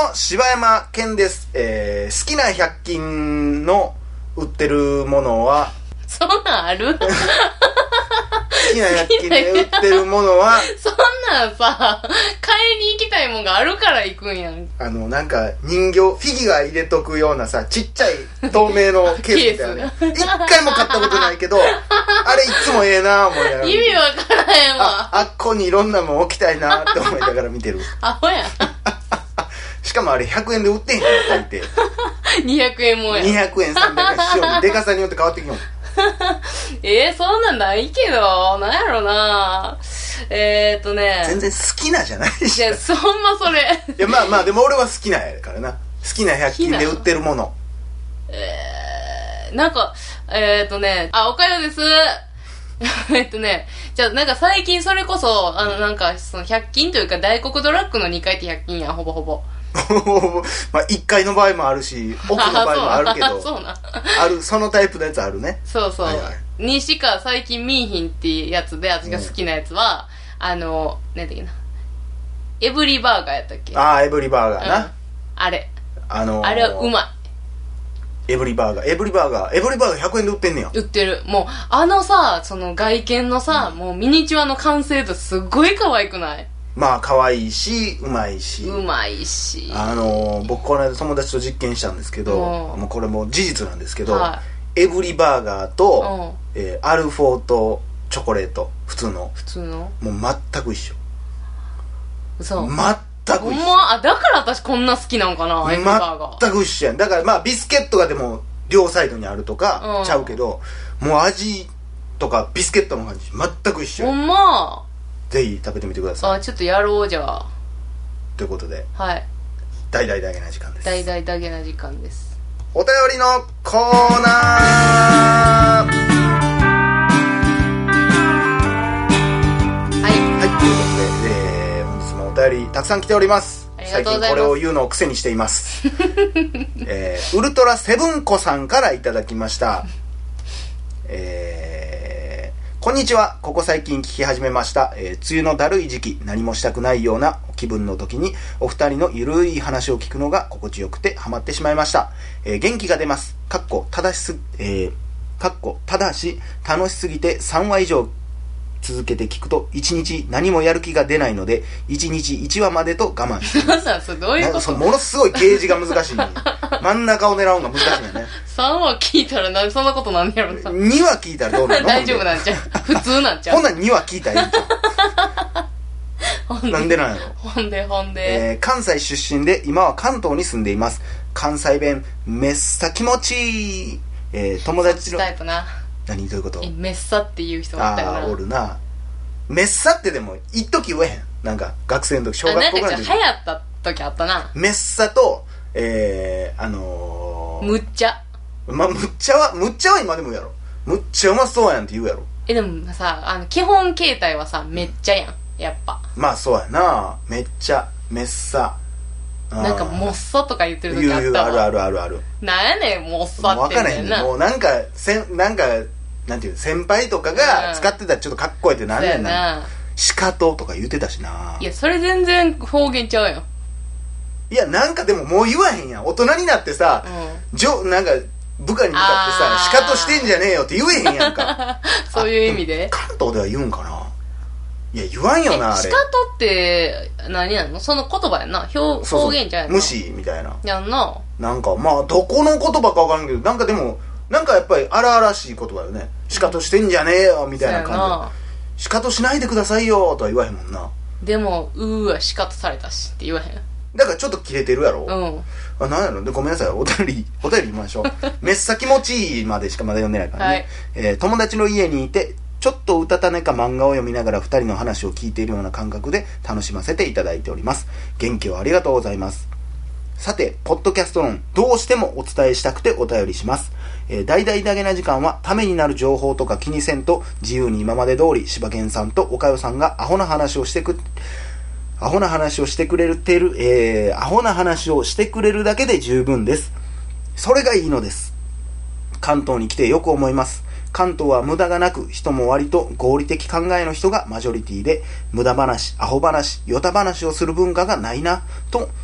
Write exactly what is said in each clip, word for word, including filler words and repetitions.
柴山健です、えー、好きなひゃく均の売ってるものはそんなんある？ 好きなひゃく均で売ってるものはそんなんさ、買いに行きたいもんがあるから行くんやん。 あのなんか人形フィギュア入れとくようなさ、ちっちゃい透明のケースみたいな一回も買ったことないけどあれいつもええなぁ思いながら意味わからへんわ。 あ, あっこにいろんなもん置きたいなって思いながら見てる。 アホやん。 しかもあれひゃくえんで売ってへんやん大抵。 にひゃくえんもんやん。 にひゃくえんさんびゃくえんしよう。でかさによって変わってきよう。 えー、そんなんないけど、なんやろな。えーっとね。 全然好きなじゃないし。 いや、そんまそれ。 いや、まあまあ、でも俺は好きなやからな。好きなひゃく均で売ってるもの。 えー、なんか、えーっとね、あ、おかよです。えっとね、じゃあなんか最近それこそ、あのなんかそのひゃく均というか大黒ドラッグのにかいってひゃく均やん、ほぼほぼ。 まあいっかいの場合もあるし、奥の場合もあるけど。 そうな。 ある、そのタイプのやつあるね。 そうそう。 はいはい、 にしか最近見いひんっていうやつで、私が好きなやつは、うん、あの、なんだっけな。エブリバーガーやったっけ？ ああ、エブリバーガーな。 うん、あれ。 あのー、 あれはうまい。 エブリバーガー、エブリバーガー、エブリバーガーひゃくえんで売ってんねや。 売ってる。もう、あのさ、その外見のさ、うん、もうミニチュアの完成度すっごい可愛くない？ まあ可愛いし、うまいし。 うまいし。 あのー、僕この間友達と実験したんですけど、もうこれもう事実なんですけど、はい、エブリバーガーと、えー、アルフォートチョコレート、普通の。 普通のもう全く一緒。 そう。 全く一緒。 ほんま、あ、だから私こんな好きなんかな、エブリバーガー。 全く一緒やん。だからまあビスケットがでも両サイドにあるとかちゃうけど、うん、もう味とかビスケットの感じ全く一緒やん。 ほんま。 ぜひ食べてみてください。 あ、ちょっとやろうじゃあ。 ということで、はい。大々だけな時間です。 大々だけな時間です。 お便りのコーナー。はい。はい。ということで、えー、本日もお便りたくさん来ております。 ありがとうございます。 最近これを言うのを癖にしています。えー、ウルトラセブンコさんからいただきました。えーこんにちは。ここ最近聞き始めました、えー、梅雨のだるい時期、何もしたくないような気分の時にお二人のゆるい話を聞くのが心地よくてハマってしまいました。えー、元気が出ます。かっこ正しす、えー、かっこただし楽しすぎてさんわ以上続けて聞くといちにち何もやる気が出ないのでいちにちいちわまでと我慢しています。 なんそれどういうこと？ そものすごいゲージが難しい、ね、真ん中を狙うのが難しいよね。 さんわ聞いたらなんそんなことなんやろさ。 にわ聞いたらどうなの？ 大丈夫なんちゃう？普通なんちゃう？ ほんならにわ聞いたらいいんちゃう？なんでなんやろ？ ほんでほんで、 えー、関西出身で今は関東に住んでいます。関西弁めっさ気持ちいい、えー、友達のタイプな。 何どういうこと？ えメッサっていう人がいたよな。 あーおるな。メッサってでも一時言えへん。なんか学生の時小学校ぐらいの時流行った時あったな。 メッサとえー、あのー、 むっちゃま、むっちゃはむっちゃは今でも言うやろ。むっちゃうまそうやんって言うやろ。 えでもさ、あの基本形態はさめっちゃやんやっぱ。 まあそうやな。めっちゃメッサなんかもっさとか言ってる時あったわ。 言う言うあるあるあるある。 なんやねんもっさって。 分からへんねん。もうなんかせんなんかなんていう先輩とかが使ってたらちょっとかっこいいってなんねんな。しかととか言ってたしな。 いやそれ全然方言ちゃうよ。 いやなんかでももう言わへんやん。大人になってさ、うん、じょなんか部下に向かってさしかとしてんじゃねえよって言えへんやんか。 そういう意味で関東では言うんかな。いや言わんよなあれ。 しかとって何なの？その言葉やんな。表方言じゃん。 無視みたいな。 やんな。 なんかまあどこの言葉か分からんけどなんかでもなんかやっぱり荒々しい言葉よね。しかとしてんじゃねえよみたいな感じで。しかとしないでくださいよとは言わへんもんな。 でもうーわしかとされたしって言わへん。 だからちょっとキレてるやろ。 うん。 あ、なんやろでごめんなさい。お便りお便り言いましょう。めっさ気持ちいいまでしかまだ読んでないからね。はい、えー、友達の家にいてちょっとうたた寝か漫画を読みながらふたりの話を聞いているような感覚で楽しませていただいております。元気をありがとうございます。さて、ポッドキャスト論、どうしてもお伝えしたくてお便りします。えー、大々だけな時間は、ためになる情報とか気にせんと、自由に今まで通り、柴犬さんとおかよさんがアホな話をしてく、アホな話をしてくれてる、えー、アホな話をしてくれるだけで十分です。それがいいのです。関東に来てよく思います。関東は無駄がなく、人も割と合理的考えの人がマジョリティで、無駄話、アホ話、ヨタ話をする文化がないな、と、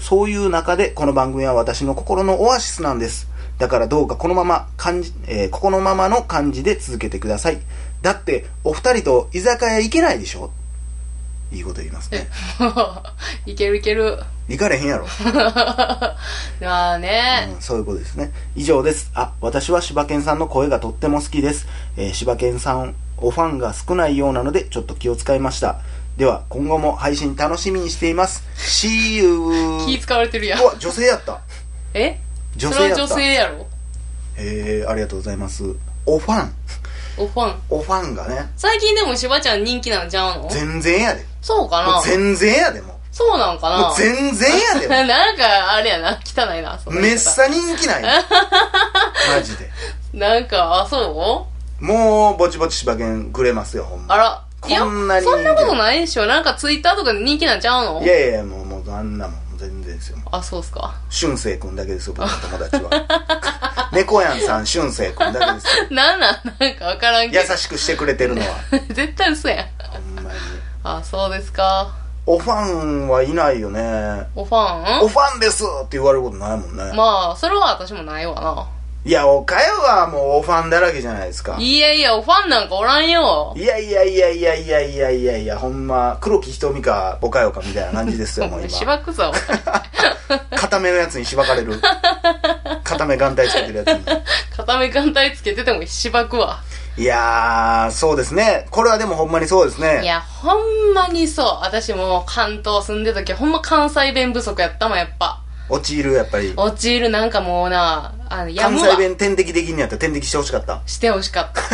そういう中でこの番組は私の心のオアシスなんです。だからどうかこのまま感じ、えー、ここのままの感じで続けてください。だってお二人と居酒屋行けないでしょ。いいこと言いますね。 いけるいける。 行かれへんやろ。 まあね、 うん、そういうことですね。以上です。あ、私は柴犬さんの声がとっても好きです。えー、柴犬さんおファンが少ないようなのでちょっと気を使いました。では今後も配信楽しみにしています。 See you。 気使われてるやん。 うわ、女性やった。 え、 女性やった。 それは女性やろ。 えー、ありがとうございます。おファンおファンおファンがね、 最近でもしばちゃん人気なんちゃうの？ 全然やで。 そうかな。 全然やで。もうそうなんかな。 もう全然やで。 なんかあれやな、汚いな。 めっさ人気ないマジで。 なんか、あ、そう？ もうぼちぼち柴犬くれますよ、ほんま。 あら、 こんなにそんなことないでしょ。なんかツイッターとかで人気なんちゃうの？ いやいや、もうもうあんなもん全然ですよ。 あ、そうっすか。 俊生くんだけですよ、僕の友達は。猫やんさん俊生くんだけですよ。 なんなんなんかわからんけど。 優しくしてくれてるのは。 絶対嘘やん。 ほんまに。 あ、そうですか。 おファンはいないよね。 おファン？ おファンですって言われることないもんね。 まあ、それは私もないわな。 いや、おかよはもうおファンだらけじゃないですか。 いやいや、おファンなんかおらんよ。 いやいやいやいやいやいやいやいや、ほんま、黒木瞳かおかよかみたいな感じですよ、もう今。 しばくぞ、 固めのやつにしばかれる。固め眼帯つけてるやつに。 固め眼帯つけててもしばくわ。 いやー、そうですね。これはでもほんまにそうですね。 いや、ほんまにそう。私も関東住んでた時ほんま関西弁不足やったもん、やっぱ。 陥る、やっぱり。 陥る、なんかもうな、あの、やむわ。 関西弁天敵的にやったら天敵してほしかった。 してほしかった。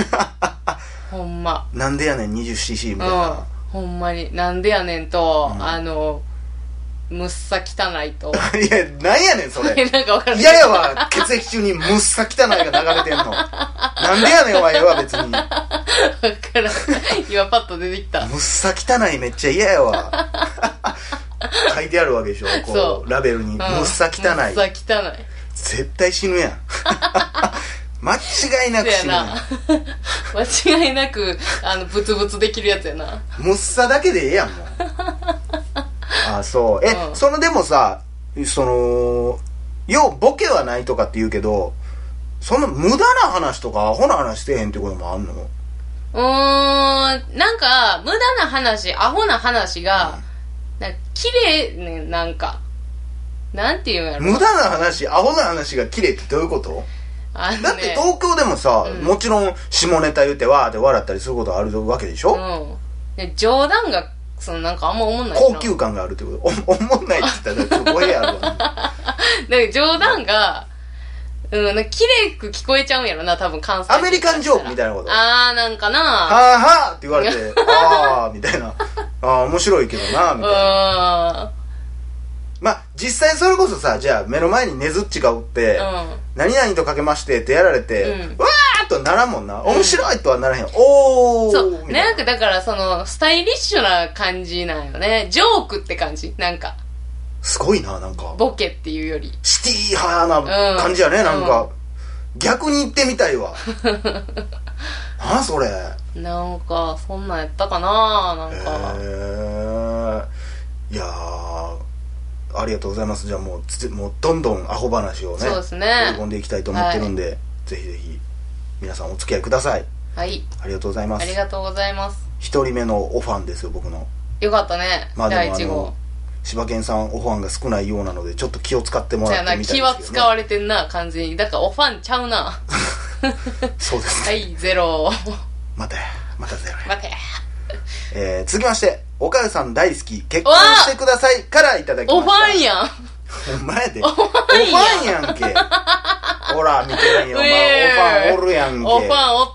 ほんま。 なんでやねん にじゅっシーシー みたいな。 うん。ほんまに。なんでやねんと、 うん、 あの、むっさ汚いと。 いや、なんやねん、それ。 なんかわからん。 嫌やわ、血液中にむっさ汚いが流れてんの。なんでやねん、わ、ええわ、別に。 わからん。今パッと出てきた。 むっさ汚いめっちゃ嫌やわ。書いてあるわけでしょ、こう、ラベルに。むっさ汚い。 むっさ汚い。 絶対死ぬやん。間違いなく死ぬやん。 間違いなく、あの、ブツブツできるやつやな。 むっさだけでええやん、もう。あ、そう。え、うん、そのでもさ、その、ようボケはないとかって言うけど、そんな無駄な話とかアホな話してへんってこともあんの？ うーん、なんか、無駄な話、アホな話が、うん、なんか綺麗ね、なんか。なんていうんやろ。 無駄な話、アホな話が綺麗ってどういうこと？あのね、だって東京でもさ、うん、もちろん下ネタ言ってわーって笑ったりすることあるわけでしょ？うん。 で冗談が、そのなんかあんま思んないしな。高級感があるってこと？お思んないって言ったらちょっと語弊あるわ、ね。だから冗談が、うん、なんか綺麗く聞こえちゃうんやろな、多分関西。 アメリカンジョークみたいなこと。 あー、なんかな。 はーはーって言われて、あーみたいな。あー、面白いけどな、みたいな。まあ、実際それこそさ、じゃあ目の前にねずっちがおって、うん、何々とかけましてってやられて、うん、わーっとならんもんな。面白いとはならへん。うん、おーそう。なんかだからその、スタイリッシュな感じなんよね。ジョークって感じ。なんか。 すごいな、なんか。 ボケっていうより。 シティ派な感じやね、うん、なんか。うん、逆に言ってみたいわ。なあ、それ。 なんか、そんなんやったかな、なんか。 へー。いやー。ありがとうございます。じゃあもうつもうどんどんアホ話をね、 そうですね、 盛り込んでいきたいと思ってるんで、はい、ぜひぜひ皆さんお付き合いください。 はい。 ありがとうございます。 ありがとうございます。 一人目のオファンですよ、僕の。 よかったね。 まあでもあの柴犬さんオファンが少ないようなのでちょっと気を使ってもらってみたいですけど、ね、 気は使われてんな、完全に。だからオファンちゃうな。 そうですね。 はい、ゼロ。 またまたゼロ。 待て。 えー、続きましておかゆさん大好き結婚してくださいからいただきました。 オファンやん。 お前でオファンやんけ。ほら見てみよ、お前オファンおるやんけ。 オファンおった。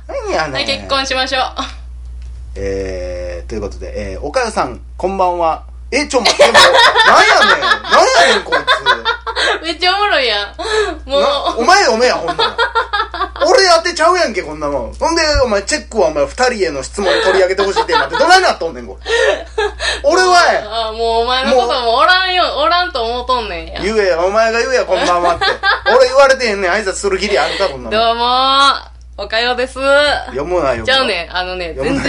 何やねん。 はい、結婚しましょう。 えー、ということで、えー、おかゆさんこんばんは。え、ちょ待って、もうなんやねんなんやねんこいつ。 めっちゃおもろいやん。もうお前おめや、ほんなら俺当てちゃうやんけ、こんなもん。ほんでお前チェックはお前二人への質問取り上げてほしいってなってどないなっとんねんこれ。俺はやあ、もうお前のこともおらんよ、おらんと思うとんねんや。 言えや、お前が言えや、こんばんはって。俺言われてへんねん、挨拶する義理あるか、こんなもん。 どうもー、おかよです。 読むなよ。 ちゃうねん、あのね、全然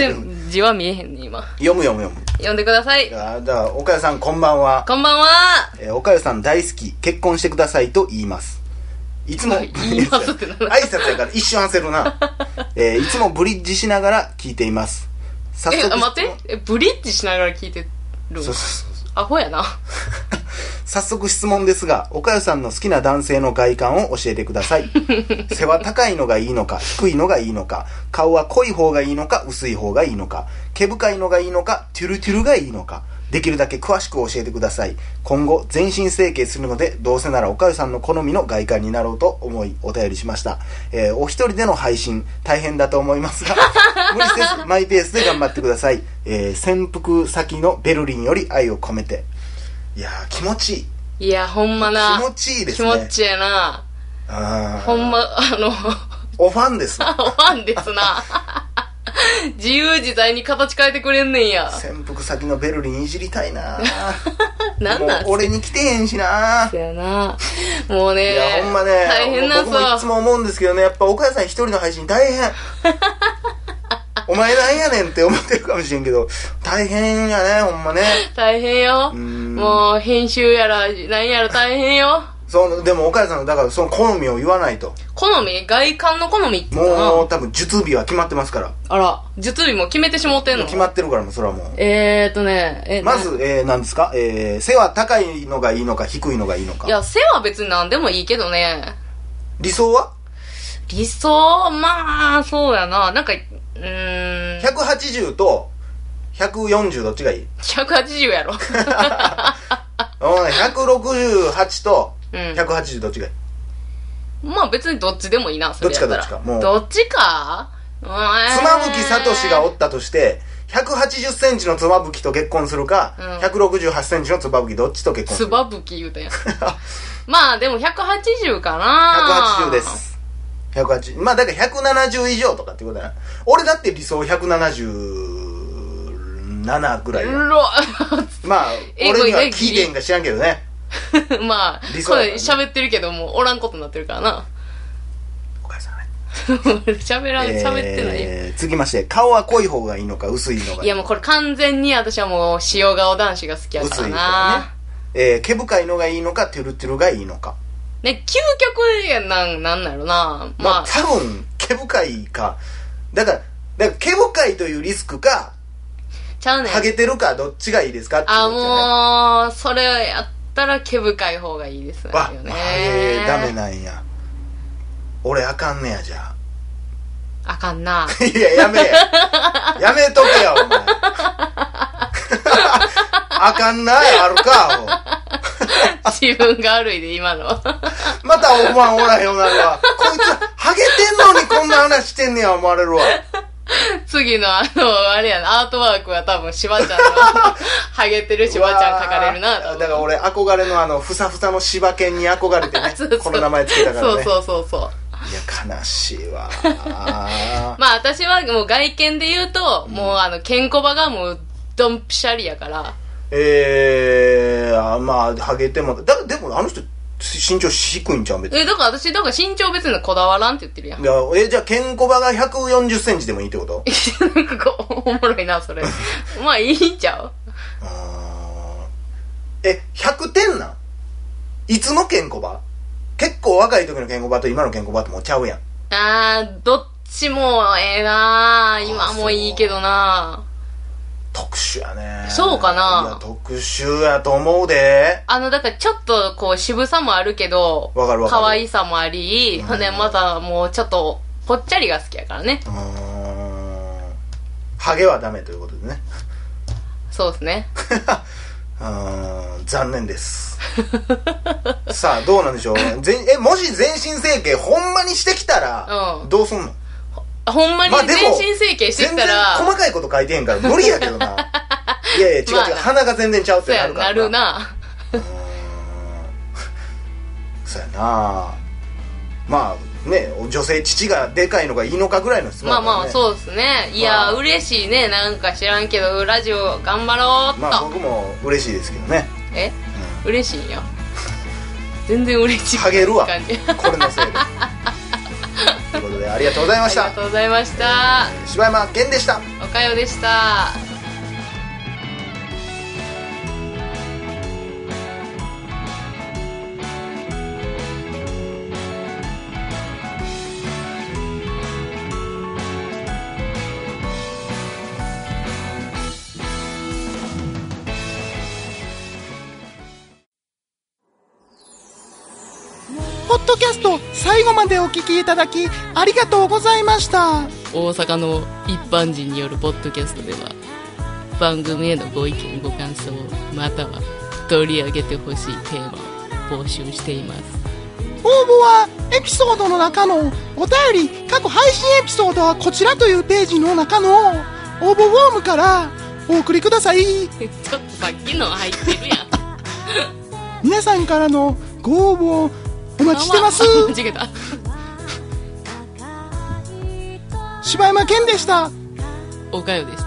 字は見えへんね、今。 読む読む読む。 読んでください。 じゃあ、じゃあ岡谷さんこんばんは。 こんばんは。 えー、岡谷さん大好き、結婚してくださいと言います。いつも、 言いますってな挨拶やから一瞬焦るな。えー、いつもブリッジしながら聞いています。早速。 え、待って。え、ブリッジしながら聞いてる。 そうそうそう。 アホやな。 早速質問ですが、岡谷さんの好きな男性の外観を教えてください。背は高いのがいいのか、低いのがいいのか、顔は濃い方がいいのか、薄い方がいいのか、毛深いのがいいのか、トゥルトゥルがいいのか、できるだけ詳しく教えてください。今後、全身整形するので、どうせなら岡谷さんの好みの外観になろうと思い、お便りしました。えー、お一人での配信、大変だと思いますが、無理せず、マイペースで頑張ってください。えー、潜伏先のベルリンより愛を込めて。いやー、気持ちいい。 いや、ほんまな。 気持ちいいですね。 気持ちいいな。 あほんま、あの、 おファンです。 おファンですな。自由自在に形変えてくれんねんや。 潜伏先のベルリンいじりたいな。 なんなんもう俺に来てへんしな。 そやな。もうね。 いやほんまね。 大変なそう。 僕もいつも思うんですけどね、やっぱ岡谷さん一人の配信大変。お前なんやねんって思ってるかもしれんけど、大変やね、ほんまね。 大変よ。もう編集やら何やら大変よ。 そうでも岡谷さんのだからその好みを言わないと。 好み外観の好みって言ったな。もう多分術日は決まってますから。 あら、術日も決めてしもってんの？ 決まってるからもうそれはもう。 えーっとね、 えまず、えー、何ですか、えー、背は高いのがいいのか低いのがいいのか。 いや、背は別に何でもいいけどね。 理想は？ 理想まあそうやな。なんかうーんひゃくはちじゅうとひゃくよんじゅうどっちがいい？ ひゃくはちじゅうやろ。 ひゃくろくじゅうはちとひゃくはちじゅうどっちがいい？ うん、まあ別にどっちでもいいな。それやったらどっちかどっちか。もうどっちか？ 妻夫木聡がおったとしてひゃくはちじゅっセンチの妻夫木と結婚するか、うん、ひゃくろくじゅうはちセンチの妻夫木どっちと結婚する？ 妻夫木言うたやん。まあでもひゃくはちじゅうかな。 ひゃくはちじゅうです。ひゃくはちじゅう、まあだからひゃくななじゅう以上とかってことだな。俺だって理想ひゃくななじゅうななぐらい。うわまあ俺には聞いてんか知らんけどね。 まあ理想ね、喋ってるけどもおらんことになってるからな。 お母さんね。 喋らん、喋ってない、 えー、続きまして、顔は濃い方がいいのか薄いのがいいのか。 いやもうこれ完全に私はもう塩顔男子が好きやからな。薄いからね。 えー、毛深いのがいいのかトゥルトゥルがいいのか。 ね、究極やなんなんなのな。 まあ、まあ、多分毛深いか。だからだから毛深いというリスクか。 ちゃうねん。 ハゲてるかどっちがいいですかってあもうそれやったら毛深い方がいいですよね。 わ、えー、ダメなんや。俺あかんねやじゃあ。 あかんな。 いややめや。やめとけよお前。あかんなやあるか。 自分が悪いで今の。 またおまんおらへんよなるわ。こいつハゲてんのにこんな話してんねや思われるわ。 次のあのあれやなアートワークは多分しばちゃんのハゲてるしばちゃん描かれるな。 だから俺憧れのあのふさふさの柴犬に憧れてね。そうそうこの名前つけたからね。 そうそうそうそう。 いや悲しいわ。 まあ私はもう外見で言うと、うん、もうあのケンコバがもうドンピシャリやから。 えー、まあハゲてもだでもあの人身長低いんちゃう別に。 えだから私だから身長別にこだわらんって言ってるやん。 いやえじゃあケンコバがひゃくよんじゅっセンチでもいいってこと？ なんかこうおもろいなそれ。まあいいんちゃう？ あえひゃくてんなん？いつのケンコバ？結構若い時のケンコバと今のケンコバってもうちゃうやん。 あーどっちもええなー。今もいいけどな。 特殊やね。 そうかな。 いや特殊やと思うで。 あのだからちょっとこう渋さもあるけど、 わかるわかる。 可愛さもあり、ほんでまたもうちょっとぽっちゃりが好きやからね。うーん。ハゲはダメということでね。 そうですね。 うーん残念です。さあどうなんでしょう。えもし全身整形ほんまにしてきたら、うん、どうすんの？ ほんまに全身整形してきたら、まあ、 全然細かいこと書いてへんから無理やけどな。いやいや違う違う、まあ、鼻が全然ちゃうってなるからな。 そうやなるな。 うーんそうやな。まあね女性乳がでかいのがいいのかぐらいの質問だからね。 まあまあそうですね。いや、まあ、嬉しいね。なんか知らんけどラジオ頑張ろうっと。 まあ僕も嬉しいですけどね。 え、うん、嬉しいんや。全然嬉しいハゲるわこれのせいで。 ということでありがとうございました。 ありがとうございました。 柴山健でした。 おかよでした。 ポッドキャスト最後までお聞きいただきありがとうございました。 大阪の一般人によるポッドキャストでは番組へのご意見ご感想または取り上げてほしいテーマを募集しています。 応募はエピソードの中のお便り過去配信エピソードはこちらというページの中の応募フォームからお送りください。 ちょっとさっきの入ってるやん皆さんからのご応募お待ちしてます。 間違えた。 柴山健でした。 おかよでした。